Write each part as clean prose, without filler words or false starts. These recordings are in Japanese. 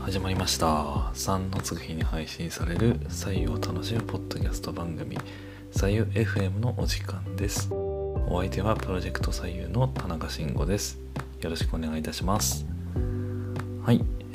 始まりました。3の次日に配信される採用を楽しむポッドキャスト番組採用 FM のお時間です。お相手はプロジェクト採用の田中慎吾です。よろしくお願いいたします。はい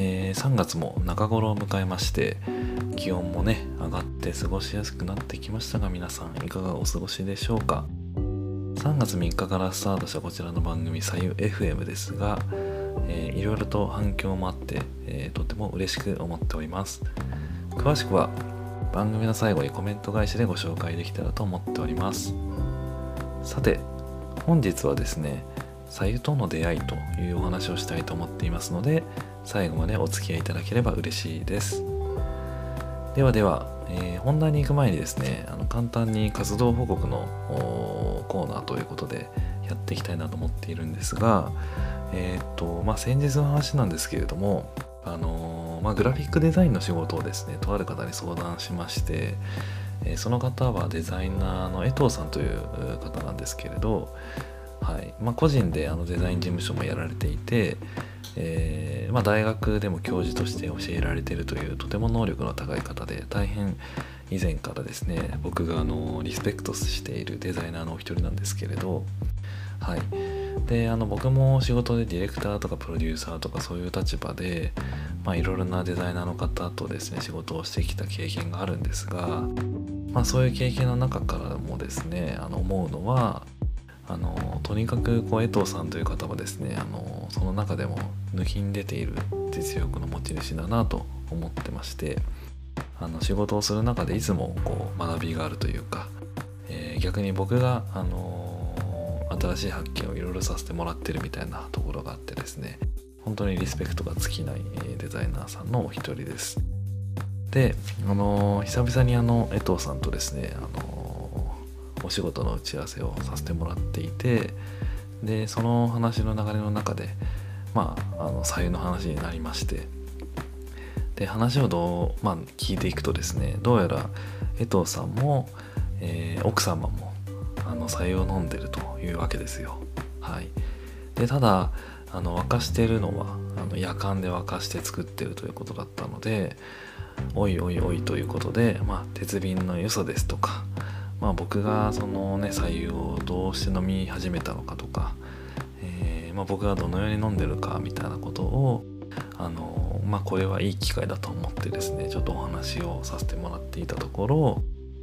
、3月も中頃を迎えまして、気温もね上がって過ごしやすくなってきましたが、皆さんいかがお過ごしでしょうか。3月3日からスタートしたこちらの番組採用 FM ですが、いろいろと反響もあって、とても嬉しく思っております。詳しくは番組の最後にコメント返しでご紹介できたらと思っております。さて、本日はですね、採用との出会いというお話をしたいと思っていますので、最後までお付き合いいただければ嬉しいです。では、本題に行く前にですね、簡単に活動報告のコーナーということでやっていきたいなと思っているんですが、先日の話なんですけれども、グラフィックデザインの仕事をですね、とある方に相談しまして、その方はデザイナーの江藤さんという方なんですけれど、個人でデザイン事務所もやられていて、大学でも教授として教えられているというとても能力の高い方で、大変以前からですね、僕がリスペクトしているデザイナーのお一人なんですけれど、で僕も仕事でディレクターとかプロデューサーとかそういう立場で、いろいろなデザイナーの方とですね仕事をしてきた経験があるんですが、そういう経験の中からもですね思うのは、とにかく江藤さんという方はですねその中でも抜きん出ている実力の持ち主だなと思ってまして、仕事をする中でいつも学びがあるというか、逆に僕が新しい発見をいろいろさせてもらってるみたいなところがあってですね、本当にリスペクトが尽きないデザイナーさんのお一人です。で、久々に江藤さんとですねお仕事の打ち合わせをさせてもらっていて、でその話の流れの中で採用の話になりまして、で話を聞いていくとですね、どうやら江藤さんも、奥様も採用を飲んでるというわけですよ。でただ沸かしているのは夜間で沸かして作ってるということだったので、おいおいおいということで、鉄瓶の良さですとか、僕がそのね採用をどうして飲み始めたのかとか、僕がどのように飲んでるかみたいなことをこれはいい機会だと思ってですね、ちょっとお話をさせてもらっていたところ、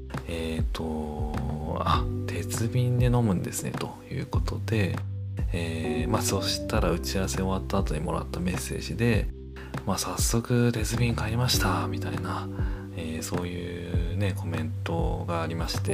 鉄瓶で飲むんですねということで、そしたら打ち合わせ終わった後にもらったメッセージで、早速鉄瓶買いましたみたいな、そういうねコメントがありまして、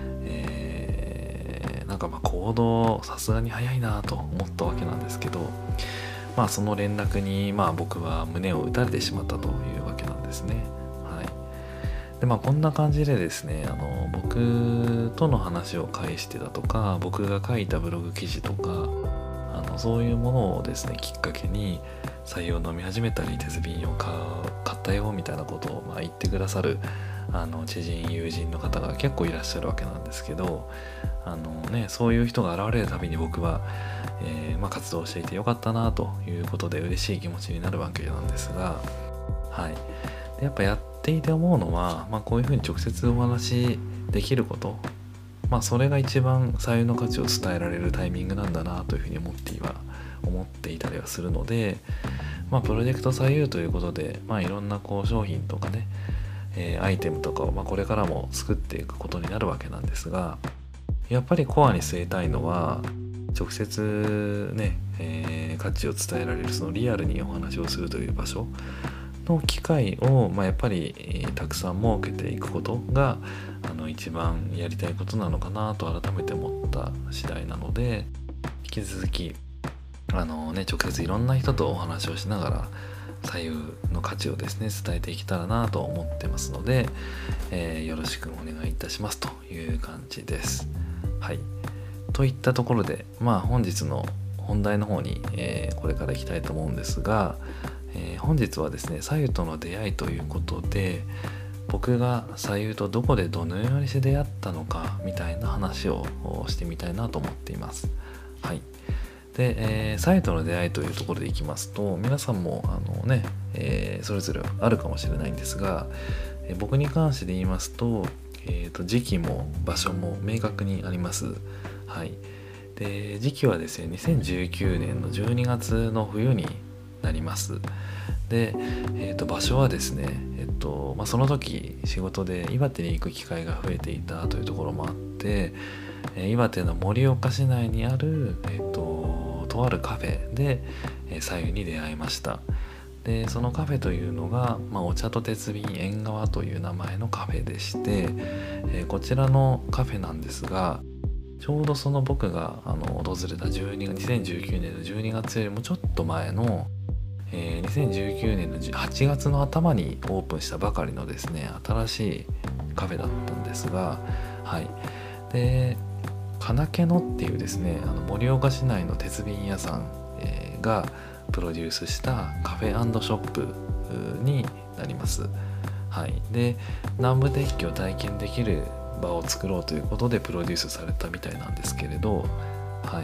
行動さすがに早いなと思ったわけなんですけど、その連絡に僕は胸を打たれてしまったというわけなんですね。でこんな感じでですね、僕との話を介してだとか、僕が書いたブログ記事とかそういうものをですねきっかけに採用を飲み始めたり、鉄瓶を買ったよみたいなことを言ってくださる知人友人の方が結構いらっしゃるわけなんですけど、そういう人が現れるたびに僕は、活動していてよかったなということで嬉しい気持ちになるわけなんですが、でやっぱやっていて思うのは、こういうふうに直接お話できること、それが一番採用の価値を伝えられるタイミングなんだなというふうに思っていたりはするので、プロジェクト採用ということで、いろんな商品とかね、アイテムとかをこれからも作っていくことになるわけなんですが、やっぱりコアに据えたいのは直接ね、価値を伝えられるそのリアルにお話をするという場所の機会を、やっぱり、たくさん設けていくことが一番やりたいことなのかなと改めて思った次第なので、引き続き直接いろんな人とお話をしながら採用の価値をですね伝えていけたらなと思ってますので、よろしくお願いいたしますという感じです。といったところで、本日の本題の方に、これから行きたいと思うんですが、本日はですね採用との出会いということで、僕が採用とどこでどのようにして出会ったのかみたいな話をしてみたいなと思っています。 で、サイとの出会いというところでいきますと、皆さんもそれぞれあるかもしれないんですが、僕に関してで言いますと、時期も場所も明確にあります。はい。で、時期はですね、2019年の12月の冬になります。で、場所はですね、その時仕事で岩手に行く機会が増えていたというところもあって、岩手の盛岡市内にある、とあるカフェで左右に出会いました。でそのカフェというのが、お茶と鉄瓶縁側という名前のカフェでして、こちらのカフェなんですが、ちょうどその僕が訪れた2019年の12月よりもちょっと前の、2019年の8月の頭にオープンしたばかりのですね、新しいカフェだったんですが、はい。で金気野っていうですね、盛岡市内の鉄瓶屋さん、がプロデュースしたカフェ&ショップになります。はい。で南部鉄器を体験できる場を作ろうということでプロデュースされたみたいなんですけれど、はい。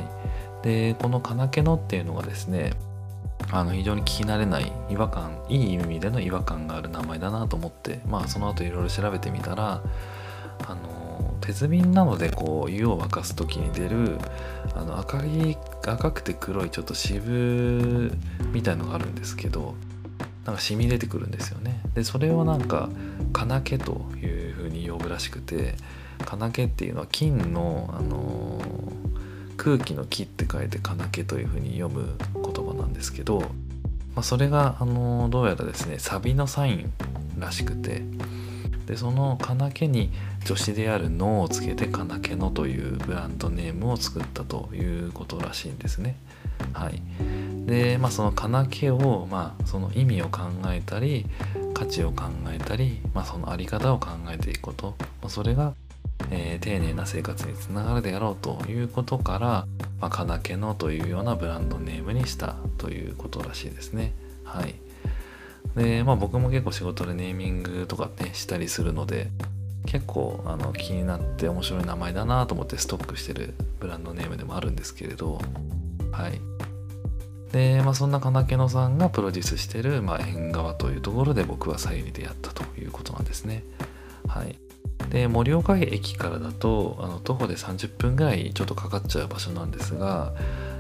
でこの金気野っていうのがですね、非常に聞き慣れない違和感、いい意味での違和感がある名前だなと思って、その後いろいろ調べてみたら、鉄瓶なのでこう湯を沸かす時に出る赤くて黒いちょっと渋みたいのがあるんですけど、なんか染み出てくるんですよね。でそれをなんか金気という風に呼ぶらしくて、金気っていうのは金の、空気の気って書いて金気という風に読む言葉なんですけど、それがどうやらですね、サビのサインらしくて、でその金気に助詞であるのをつけて金気野というブランドネームを作ったということらしいんですね。はい。でその金気をその意味を考えたり価値を考えたり、そのあり方を考えていくこと、それが、丁寧な生活につながるであろうということから、金気野というようなブランドネームにしたということらしいですね。はい。で僕も結構仕事でネーミングとかねしたりするので、結構気になって面白い名前だなと思ってストックしてるブランドネームでもあるんですけれど、はい。でそんな金気野さんがプロデュースしてる、縁側というところで僕は左右に出会ったということなんですね。はい。で盛岡駅からだと徒歩で30分ぐらいちょっとかかっちゃう場所なんですが、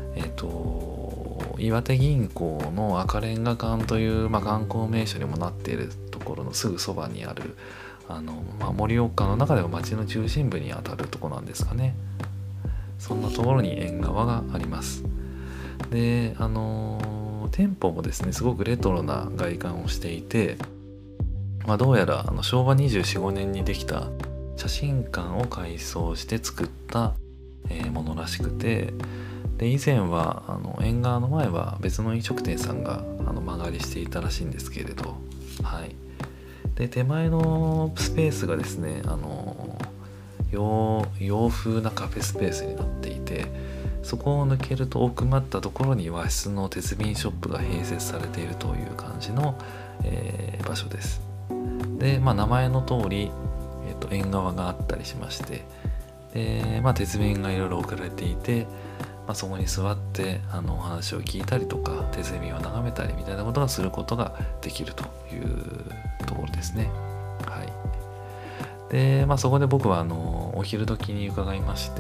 岩手銀行の赤レンガ館という、観光名所にもなっているところのすぐそばにある盛岡の中でも町の中心部にあたるところなんですかね。そんなところに縁側があります。で店舗もですねすごくレトロな外観をしていて、どうやら昭和24、5年にできた写真館を改装して作った、ものらしくて、で以前は縁側の前は別の飲食店さんが間借りしていたらしいんですけれど、はい。で手前のスペースがですね洋風なカフェスペースになっていて、そこを抜けると奥まったところに和室の鉄瓶ショップが併設されているという感じの、場所です。で名前の通り、縁側があったりしまして、で鉄瓶がいろいろ置かれていて、そこに座ってお話を聞いたりとか鉄瓶を眺めたりみたいなことがすることができるというところですね。はい。でそこで僕はお昼時に伺いまして、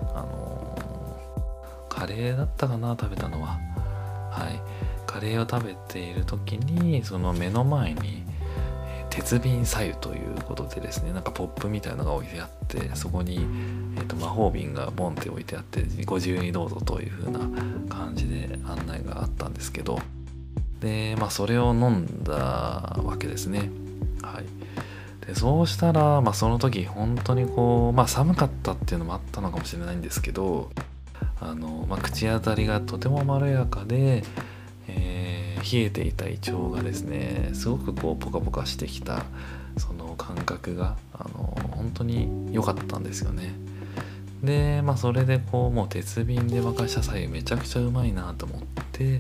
カレーだったかな、食べたのは。はい。カレーを食べている時にその目の前に鉄瓶白湯ということでですね、なんかポップみたいなのが置いてあって、そこに、魔法瓶がボンって置いてあって、ご自由にどうぞという風な感じで案内があったんですけど、でそれを飲んだわけですね。はい。でそうしたらその時本当にこう寒かったっていうのもあったのかもしれないんですけど、口当たりがとてもまろやかで、冷えていた胃腸がですねすごくこうポカポカしてきた、その感覚が本当に良かったんですよね。でそれでこうもう鉄瓶で沸かした白湯めちゃくちゃうまいなと思って、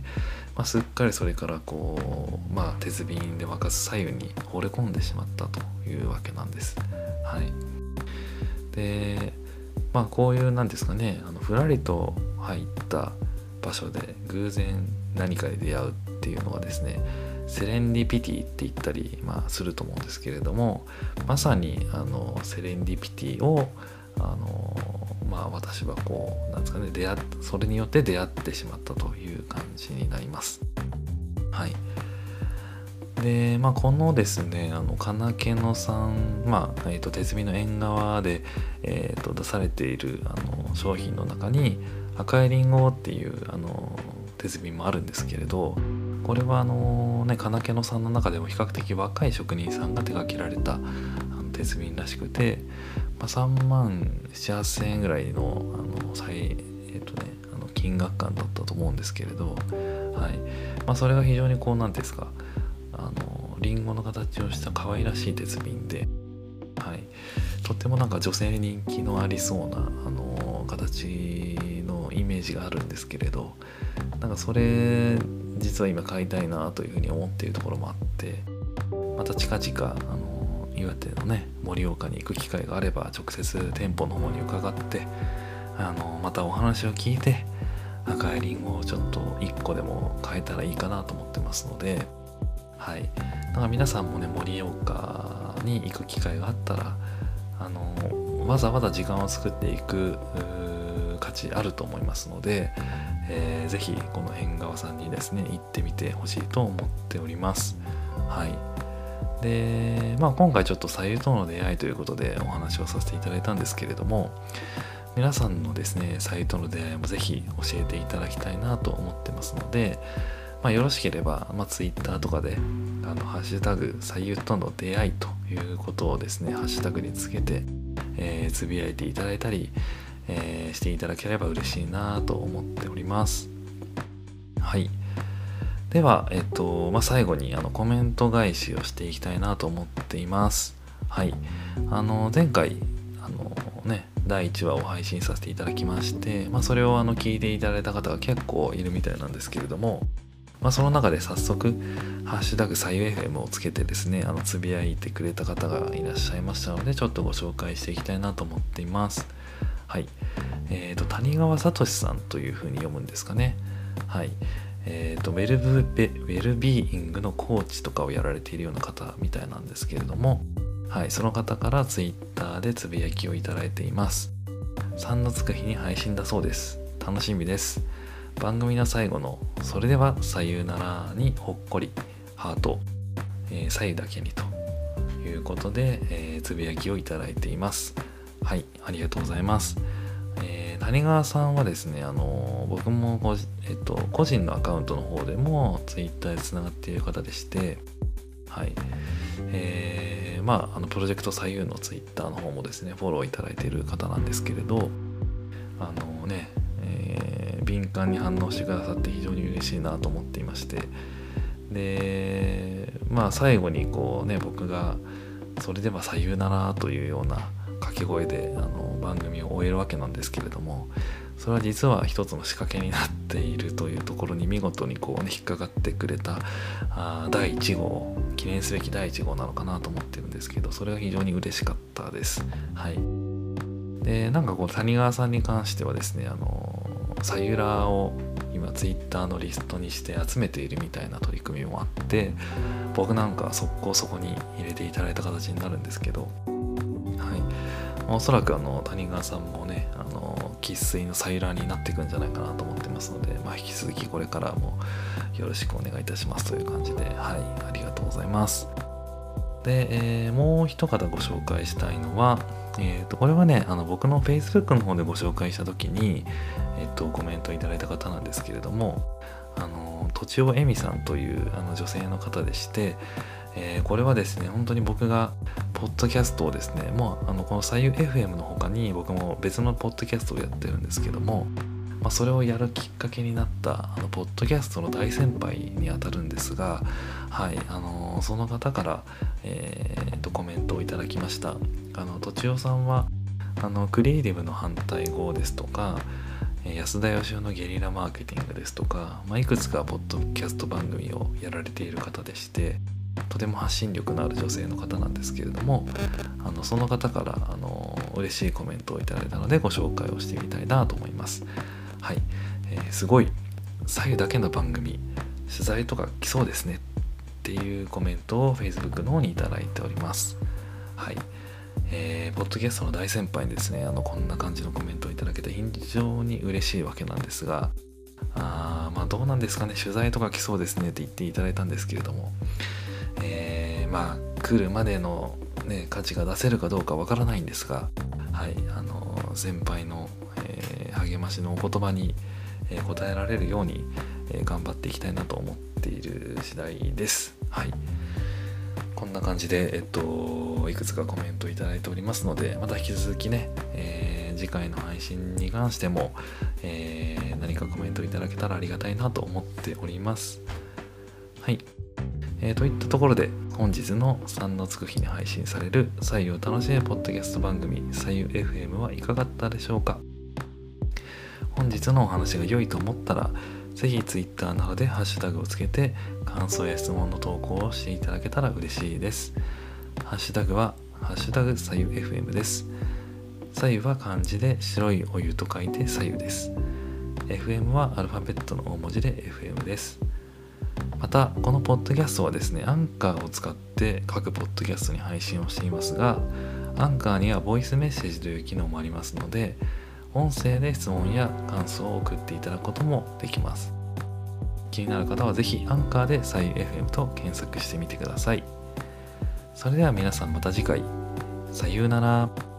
すっかりそれからこう鉄瓶で沸かす白湯に惚れ込んでしまったというわけなんです。はい。でこういうなんですかね、ふらりと入った場所で偶然何かで出会うっていうのがですね、セレンディピティって言ったり、すると思うんですけれども、まさにセレンディピティを私はなんですかね、それによって出会ってしまったという感じになります。はい。で、このですね、金気野さん、手摘みの縁側で、出されている商品の中に赤いリンゴっていう手摘みもあるんですけれど、これは金気野さんの中でも比較的若い職人さんが手掛けられた手摘みらしくて、3万7、8千円ぐらいの金額感だったと思うんですけれど、はい。それが非常になんていうんですか、リンゴの形をした可愛らしい鉄瓶で、はい、とっても女性に人気のありそうな形のイメージがあるんですけれど、それ実は今買いたいなというふうに思っているところもあって、また近々岩手のね盛岡に行く機会があれば直接店舗の方に伺ってまたお話を聞いて赤いリンゴをちょっと1個でも買えたらいいかなと思ってますので、はい、皆さんもね盛岡に行く機会があったらわざわざ時間を作っていく価値あると思いますので、ぜひこの縁側さんにですね行ってみてほしいと思っております。はい。で、今回ちょっと白湯との出会いということでお話をさせていただいたんですけれども、皆さんのですね白湯との出会いもぜひ教えていただきたいなと思ってますので、よろしければ、Twitter とかでハッシュタグ白湯との出会いということをですねハッシュタグにつけて、つぶやいていただいたり、していただければ嬉しいなと思っております。はい。では、最後にコメント返しをしていきたいなと思っています。はい。前回第1話を配信させていただきまして、それを聞いていただいた方が結構いるみたいなんですけれども、その中で早速ハッシュタグ白湯 FM をつけてですねつぶやいてくれた方がいらっしゃいましたので、ちょっとご紹介していきたいなと思っています。はい。谷川聡さんというふうに読むんですかね。はい。ウェルビーイングのコーチとかをやられているような方みたいなんですけれども、はい、その方からツイッターでつぶやきをいただいています。3のつく日に配信だそうです。楽しみです。番組の最後のそれではさゆうならにほっこりハート、さゆだけにということで、つぶやきをいただいています。はい、ありがとうございます。谷川さんはですね僕も個人のアカウントの方でもツイッターでつながっている方でして、はい、プロジェクト左右のツイッターの方もですねフォローいただいている方なんですけれど、敏感に反応してくださって非常に嬉しいなと思っていまして、で最後に僕がそれではさゆうならというような掛け声で番組を終えるわけなんですけれども、それは実は一つの仕掛けになっているというところに見事に引っかかってくれた第1号、記念すべき第1号なのかなと思ってるんですけど、それが非常に嬉しかったです。はい。で谷川さんに関してはですねさゆらを今ツイッターのリストにして集めているみたいな取り組みもあって、僕速攻そこに入れていただいた形になるんですけど、おそらく谷川さんもね生粋のサイラーになっていくんじゃないかなと思ってますので、引き続きこれからもよろしくお願いいたしますという感じで、はい、ありがとうございます。で、もう一方ご紹介したいのは、これはね僕の Facebook の方でご紹介した時に、コメントいただいた方なんですけれども、とちおえみさんという女性の方でして、これはですね本当に僕がポッドキャストをですねこの左右 FM の他に僕も別のポッドキャストをやってるんですけども、それをやるきっかけになったポッドキャストの大先輩にあたるんですが、はい、その方から、コメントをいただきました。とちおさんはクリエイティブの反対語ですとか安田義雄のゲリラマーケティングですとか、いくつかポッドキャスト番組をやられている方でして、とても発信力のある女性の方なんですけれども、その方から嬉しいコメントをいただいたのでご紹介をしてみたいなと思います。はい、すごい左右だけの番組、取材とか来そうですねっていうコメントを Facebook の方にいただいております。はい。ポッドキャストの大先輩にですね、こんな感じのコメントをいただけて非常に嬉しいわけなんですが、まあどうなんですかね、取材とか来そうですねって言っていただいたんですけれども、まあ来るまでのね、価値が出せるかどうかわからないんですが、はい、先輩の、励ましのお言葉に、応えられるように、頑張っていきたいなと思っている次第です。はい。こんな感じで、いくつかコメントいただいておりますので、また引き続きね、次回の配信に関しても、何かコメントいただけたらありがたいなと思っております。はい。といったところで、本日の3のつく日に配信される左右を楽しむポッドキャスト番組左右 FM はいかがだったでしょうか。本日のお話が良いと思ったら、ぜひ Twitter などでハッシュタグをつけて感想や質問の投稿をしていただけたら嬉しいです。ハッシュタグはハッシュタグ左右 FM です。左右は漢字で白いお湯と書いて左右です。FM はアルファベットの大文字で FM です。またこのポッドキャストはですね、アンカーを使って各ポッドキャストに配信をしていますが、アンカーにはボイスメッセージという機能もありますので、音声で質問や感想を送っていただくこともできます。気になる方はぜひアンカーで左右 FM と検索してみてください。それでは皆さんまた次回。さようなら。